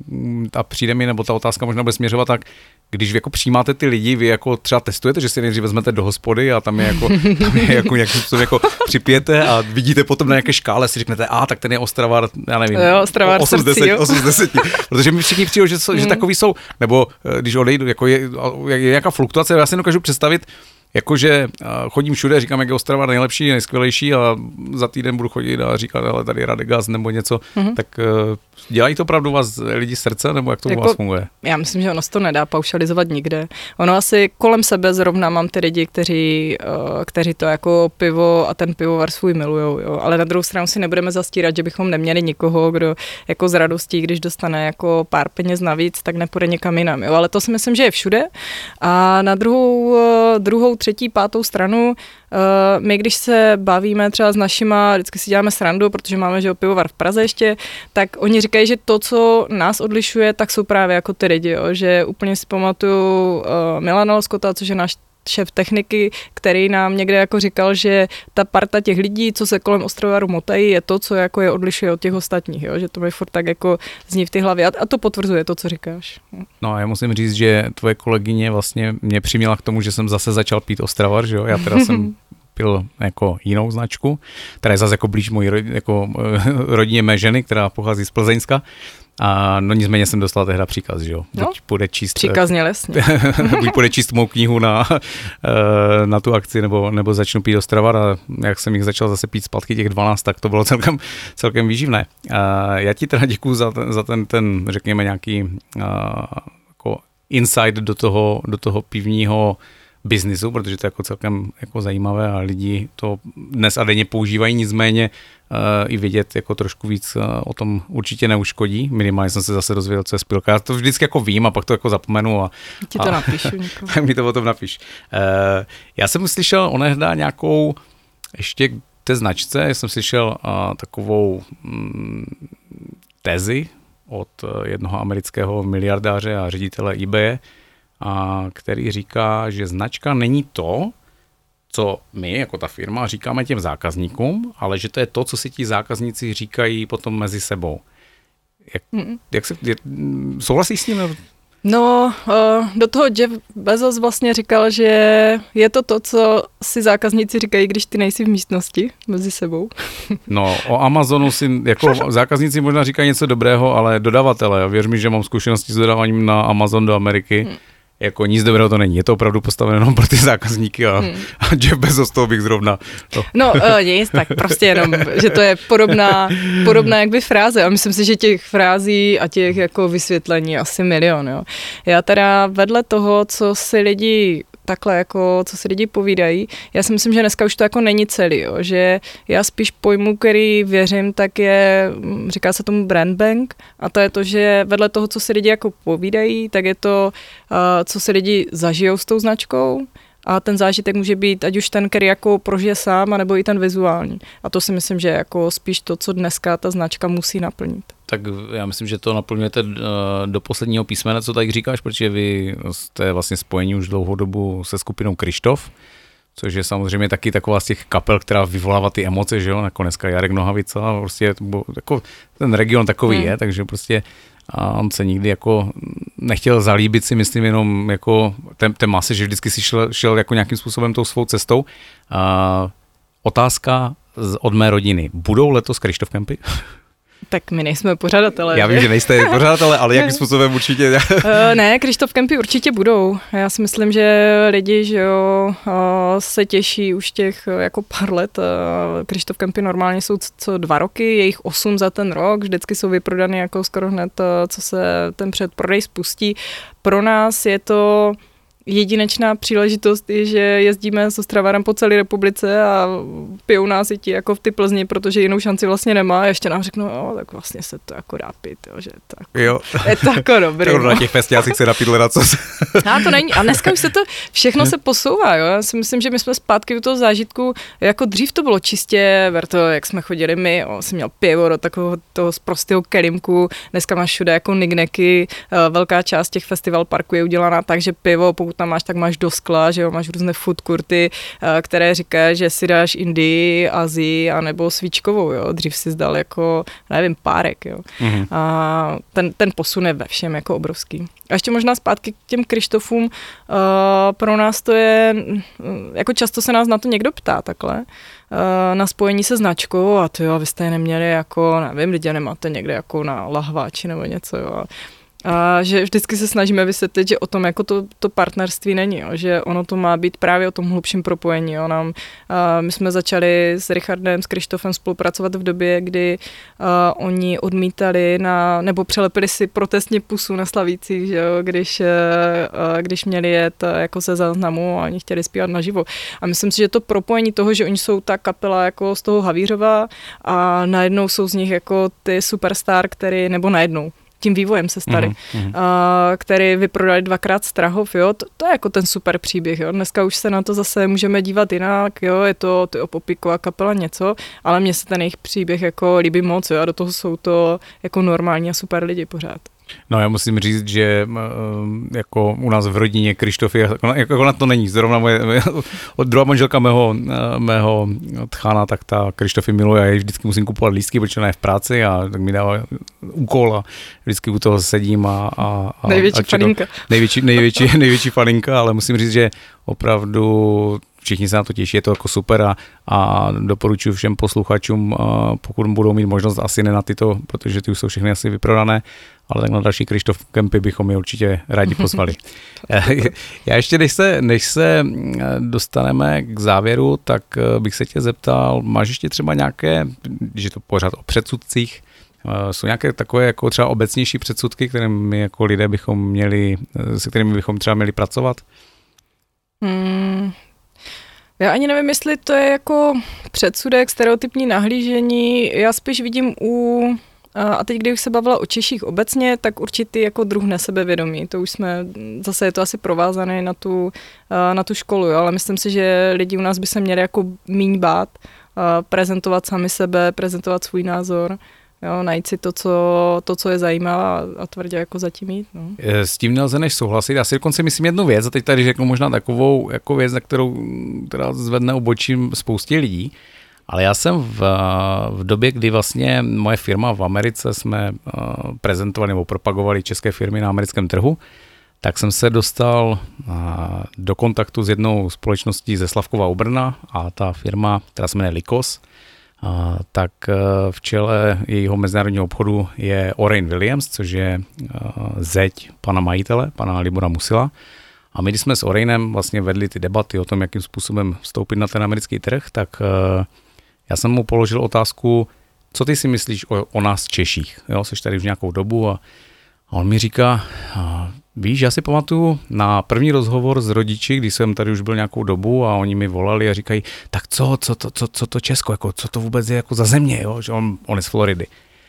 Speaker 1: a přijde mi, nebo ta otázka možná bude směřovat tak, když vy jako přijímáte ty lidi, vy jako třeba testujete, že si nejdřív vezmete do hospody a tam je jako nějakým způsobem jako připijete a vidíte potom na nějaké škále, si řeknete, tak ten je Ostravar, já nevím,
Speaker 2: jo, Ostravar
Speaker 1: 8 z 10, protože mi všichni přijdou, že takový jsou, nebo když odejdu, jako je nějaká fluktuace, já si dokážu představit, jakože chodím všude, říkám, jak je Ostrava nejlepší, nejskvělejší a za týden budu chodit a říkat, ale tady je Radegast nebo něco, tak dělají to opravdu vás lidi srdce, nebo jak to jako, u vás funguje?
Speaker 2: Já myslím, že ono se to nedá paušalizovat nikde. Ono asi kolem sebe zrovna mám ty lidi, kteří to jako pivo a ten pivovar svůj milujou, jo. Ale na druhou stranu si nebudeme zastírat, že bychom neměli nikoho, kdo jako z radostí, když dostane jako pár peněz navíc, tak nepůjde někam jinam, jo. Ale to si myslím, že je všude. A na druhou, třetí, pátou stranu, my když se bavíme třeba s našima, vždycky si děláme srandu, protože máme, že pivovar v Praze ještě, tak oni říkají, že to, co nás odlišuje, tak jsou právě jako ty lidi, jo, že úplně si pamatuju Milana Loskota, což je náš šéf techniky, který nám někde jako říkal, že ta parta těch lidí, co se kolem Ostravaru motají, je to, co jako je odlišuje od těch ostatních, jo? Že to mi furt tak jako zní v ty hlavě a to potvrzuje to, co říkáš.
Speaker 1: No a já musím říct, že tvoje kolegyně vlastně mě přiměla k tomu, že jsem zase začal pít Ostravar, že jo, já teda jsem pil jako jinou značku, která je zase jako blíž mojí rodině mé ženy, která pochází z Plzeňska. A no nicméně jsem dostal tehda příkaz, že jo. Buď půjde číst...
Speaker 2: Příkazně lesně.
Speaker 1: Buď půjde číst mou knihu na tu akci, nebo začnu pít Ostravar a jak jsem jich začal zase pít zpátky těch 12, tak to bylo celkem výživné. Já ti teda děkuju za ten řekněme nějaký jako insight do toho pivního biznisu, protože to je jako celkem jako zajímavé a lidi to dnes a denně používají, nicméně i vědět jako trošku víc o tom určitě neuškodí. Minimálně jsem se zase dozvěděl, co je spilka. Já to vždycky jako vím a pak to jako zapomenu.
Speaker 2: Ti to napíšu někomu.
Speaker 1: Tak mi to o tom napiš. Já jsem slyšel onehda nějakou ještě té značce, jsem slyšel takovou tezi od jednoho amerického miliardáře a ředitele eBay, který říká, že značka není to, co my, jako ta firma, říkáme těm zákazníkům, ale že to je to, co si ti zákazníci říkají potom mezi sebou. Souhlasíš s tím?
Speaker 2: No, do toho Jeff Bezos vlastně říkal, že je to, co si zákazníci říkají, když ty nejsi v místnosti mezi sebou.
Speaker 1: No, o Amazonu si jako zákazníci možná říkají něco dobrého, ale dodavatelé, věř mi, že mám zkušenosti s dodáváním na Amazon do Ameriky, jako nic dobrého to není. Je to opravdu postaveno pro ty zákazníky a Jeff Bezos toho bych zrovna...
Speaker 2: No nic, tak prostě jenom, že to je podobná jakby fráze a myslím si, že těch frází a těch jako vysvětlení asi milion, jo. Já teda vedle toho, co si lidi takhle jako, co si lidi povídají, já si myslím, že dneska už to jako není celý, jo, že já spíš pojmu, který věřím, tak je, říká se tomu brand bank a to je to, že vedle toho, co si lidi jako povídají, tak je to, co si lidi zažijou s tou značkou a ten zážitek může být ať už ten, který jako prožije sám, anebo i ten vizuální. A to si myslím, že je jako spíš to, co dneska ta značka musí naplnit.
Speaker 1: Tak já myslím, že to naplňujete do posledního písmene, co tady říkáš, protože vy jste vlastně spojení už dlouhou dobu se skupinou Kryštof, což je samozřejmě taky taková z těch kapel, která vyvolává ty emoce, že jo, jako dneska Jarek Nohavica, prostě jako ten region takový je, takže prostě a on se nikdy jako nechtěl zalíbit si, myslím, jenom jako té masy, že vždycky si šel jako nějakým způsobem tou svou cestou. Otázka od mé rodiny. Budou letos Kryštof Campy?
Speaker 2: Tak my nejsme pořadatelé.
Speaker 1: Já vím, že nejste pořadatelé, ale jakým způsobem určitě?
Speaker 2: Ne, Kryštof Campy určitě budou. Já si myslím, že lidi, že jo, se těší už těch jako pár let. Kryštof Campy normálně jsou co 2 roky, je jich 8 za ten rok, vždycky jsou vyprodány jako skoro hned, co se ten předprodej spustí. Pro nás je to jedinečná příležitost je, že jezdíme s Ostravarem po celé republice a pijou nás i ti jako v ty Plzni, protože jinou šanci vlastně nemá. A ještě nám řeknou, jo, tak vlastně se to jako dá pít, jo, že to jako,
Speaker 1: jo.
Speaker 2: Je to jako dobrý.
Speaker 1: Na těch festiácích se napít leda, co se...
Speaker 2: To není. A dneska už se to všechno se posouvá, jo. Já si myslím, že my jsme zpátky u toho zážitku, jako dřív to bylo čistě, ver to, jak jsme chodili my, jo, jsem měl pivo do takového toho prostého kelímku, dneska máš všude jako nigneky, velká část těch festival parků je udělaná tak, že pivo, pokud tam máš, tak máš do skla, že jo, máš různé food courty, které říkají, že si dáš Indii, Azii, anebo svíčkovou, jo. Dřív si zdal jako, nevím, párek, jo. Mm-hmm. A ten posun je ve všem jako obrovský. A ještě možná zpátky k těm Kryštofům, pro nás to je, jako často se nás na to někdo ptá takhle, na spojení se značkou a to jo, vy jste je neměli jako, nevím, lidi nemáte někde jako na lahváči nebo něco, jo. A že vždycky se snažíme vysvětlit, že o tom jako to partnerství není, jo, že ono to má být právě o tom hlubším propojení. Jo. My jsme začali s Richardem, s Kryštofem spolupracovat v době, kdy oni odmítali nebo přelepili si protestně pusu na Slavících, že jo, když měli jet jako se záznamu a oni chtěli zpívat naživo. A myslím si, že to propojení toho, že oni jsou ta kapela jako z toho Havířova a najednou jsou z nich jako ty superstar, nebo najednou tím vývojem se stali, který vyprodali 2krát Strahov, jo, to je jako ten super příběh, jo, dneska už se na to zase můžeme dívat jinak, jo, je to Popíková kapela něco, ale mně se ten jejich příběh jako líbí moc, jo, a do toho jsou to jako normální a super lidi pořád.
Speaker 1: No já musím říct, že jako u nás v rodině Kryštof je, jako na to není, zrovna druhá manželka mého tchána, tak ta Kryštofy miluje, já jej vždycky musím kupovat lístky, protože ona je v práci a tak mi dává úkol a vždycky u toho sedím
Speaker 2: největší faninka.
Speaker 1: Největší faninka, ale musím říct, že opravdu všichni se na to těší, je to jako super a doporučuji všem posluchačům, pokud budou mít možnost, asi ne na tyto, protože ty už jsou všechny asi vyprodané, ale tak na další Kryštof kempy bychom je určitě rádi pozvali. Já ještě, než se dostaneme k závěru, tak bych se tě zeptal, máš ještě třeba nějaké, že je to pořád o předsudcích, jsou nějaké takové jako třeba obecnější předsudky, které my jako lidé bychom měli, se kterými bychom třeba měli pracovat?
Speaker 2: Já ani nevím, jestli to je jako předsudek, stereotypní nahlížení. Já spíš vidím a teď, když se bavila o Češích obecně, tak určitý jako druh nesebevědomí. To už zase je to asi provázané na tu školu, jo? Ale myslím si, že lidi u nás by se měli jako míň bát, prezentovat sami sebe, prezentovat svůj názor. Jo, najít si to, co je zajímá a tvrdě jako zatím jít. No.
Speaker 1: S tím nelze než souhlasit. Já si dokonce myslím jednu věc, a teď tady řeknu možná takovou jako věc, na kterou teda zvedne obočím spoustě lidí, ale já jsem v době, kdy vlastně moje firma v Americe jsme prezentovali nebo propagovali české firmy na americkém trhu, tak jsem se dostal do kontaktu s jednou společností ze Slavkova u Brna a ta firma, která se jmenuje Lycos, tak v čele jejího mezinárodního obchodu je O'Reilly Williams, což je zeď pana majitele, pana Libora Musila. A my, když jsme s O'Reillym vlastně vedli ty debaty o tom, jakým způsobem vstoupit na ten americký trh, tak já jsem mu položil otázku, co ty si myslíš o nás Češích? Jo, seš tady už nějakou dobu a on mi říká, víš, já si pamatuju na první rozhovor s rodiči, když jsem tady už byl nějakou dobu a oni mi volali a říkají, tak co to Česko, jako, co to vůbec je jako za země, jo? Že on je z Floridy.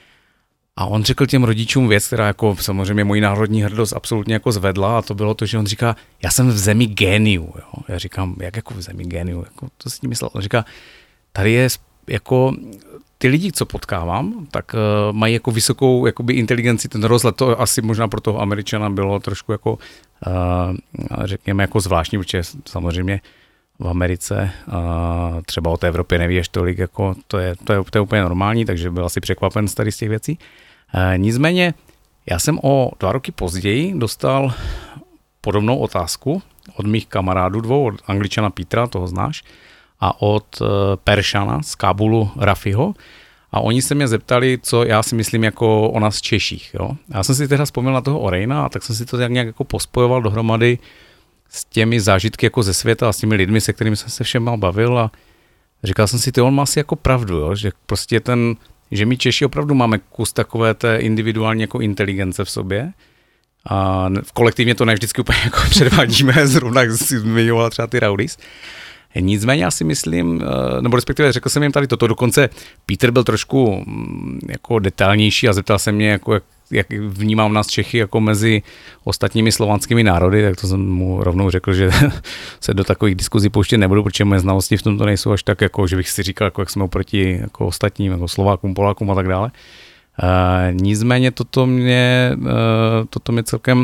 Speaker 1: A on řekl těm rodičům věc, která jako samozřejmě moji národní hrdost absolutně jako zvedla a to bylo to, že on říká, já jsem v zemi géniu. Jo? Já říkám, jak jako v zemi géniu, jako, to si tím myslel. On říká, tady je jako ty lidi, co potkávám, tak mají jako vysokou jakoby inteligenci, ten rozhled, to asi možná pro toho Američana bylo trošku jako, řekněme, jako zvláštní, protože samozřejmě v Americe třeba o té Evropě nevíš tolik, jako to je úplně normální, takže byl asi překvapen z těch věcí. Nicméně já jsem o 2 roky později dostal podobnou otázku od mých kamarádů dvou, od Angličana Petra, toho znáš, a od Peršana z Kábulu Rafiho. A oni se mě zeptali, co já si myslím jako o nás Češích. Jo? Já jsem si teda vzpomněl na toho O'Reillyna a tak jsem si to nějak jako pospojoval dohromady s těmi zážitky jako ze světa a s těmi lidmi, se kterými jsem se všem bavil a říkal jsem si, on má asi jako pravdu, jo? Že prostě že my Češi opravdu máme kus takové té individuální jako inteligence v sobě. A kolektivně to ne vždycky úplně jako předvádíme, zrovna jak si zmiňoval třeba ty Rowdies. Nicméně já si myslím, nebo respektive řekl jsem jim tady toto, dokonce Peter byl trošku jako detailnější a zeptal se mě, jako jak vnímám nás Čechy jako mezi ostatními slovanskými národy, tak to jsem mu rovnou řekl, že se do takových diskuzí pouštět nebudu, protože moje znalosti v tomto nejsou až tak, jako, že bych si říkal, jako, jak jsme oproti jako ostatním, jako Slovákům, Polákům a tak dále. Nicméně toto mě celkem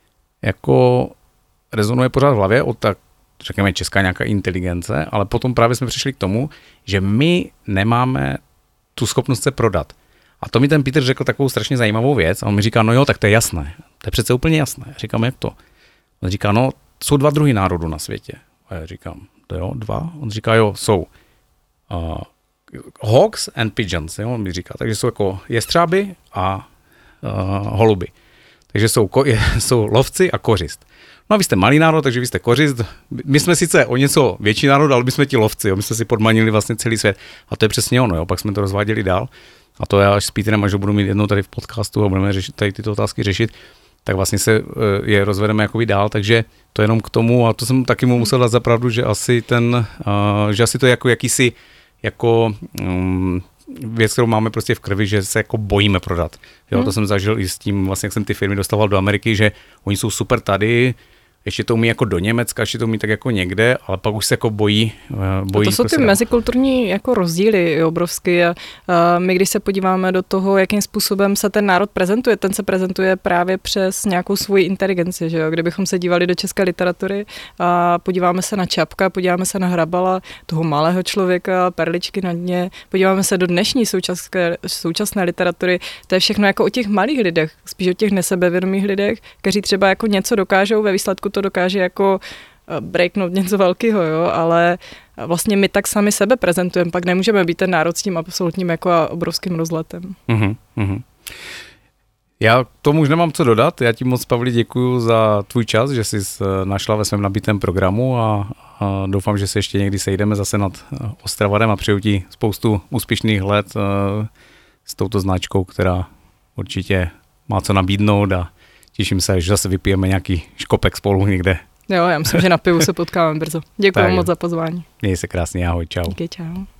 Speaker 1: jako rezonuje pořád v hlavě od tak, řekněme, česká nějaká inteligence, ale potom právě jsme přišli k tomu, že my nemáme tu schopnost se prodat. A to mi ten Peter řekl takovou strašně zajímavou věc a on mi říká, no jo, tak to je jasné. To je přece úplně jasné. Říkám, jak to? On říká, no, jsou 2 druhy národů na světě. A já říkám, to jo, 2? On říká, jo, jsou hawks and pigeons, jo, on mi říká. Takže jsou jako jestřáby a holuby. Takže jsou lovci a kořist. No a vy jste malý národ, takže vy jste kořist. My jsme sice o něco větší národ, ale my jsme ti lovci, jo. My jsme si podmanili vlastně celý svět. A to je přesně ono, jo. Pak jsme to rozváděli dál. A to já až s Petrem, až budu mít jednou tady v podcastu a budeme tady tyto otázky řešit, tak vlastně se je rozvedeme jakoby dál, takže to jenom k tomu, a to jsem taky mu musel dát za pravdu, že asi to je jako jakýsi jako věc, kterou máme prostě v krvi, že se jako bojíme prodat. Jo, to jsem zažil i s tím, vlastně jak jsem ty firmy dostával do Ameriky, že oni jsou super tady, ještě to umí jako do Německa, ještě to umí tak jako někde, ale pak už se jako bojí.
Speaker 2: To jsou ty mezikulturní jako rozdíly obrovský a my, když se podíváme do toho, jakým způsobem se ten národ prezentuje, ten se prezentuje právě přes nějakou svoji inteligenci, že jo? Kdybychom se dívali do české literatury a podíváme se na Čapka, podíváme se na Hrabala, toho malého člověka, perličky na dně, podíváme se do dnešní současné literatury, to je všechno jako o těch malých lidech, spíš o těch nesebevědomých lidech, kteří třeba jako něco dokážou, ve výsledku to dokáže jako breaknout něco velkého, jo, ale vlastně my tak sami sebe prezentujeme, pak nemůžeme být ten národ s tím absolutním jako obrovským rozletem.
Speaker 1: Já k tomu už nemám co dodat. Já ti moc, Pavli, děkuju za tvůj čas, že jsi našla ve svém nabitém programu a doufám, že se ještě někdy sejdeme zase nad Ostravadem a přeju ti spoustu úspěšných let s touto značkou, která určitě má co nabídnout a těším se, že zase vypijeme nějaký škopek spolu někde.
Speaker 2: Jo, já myslím, že na pivu se potkáme brzo. Děkuji moc za pozvání.
Speaker 1: Měj se krásně, ahoj, čau.
Speaker 2: Díky, čau.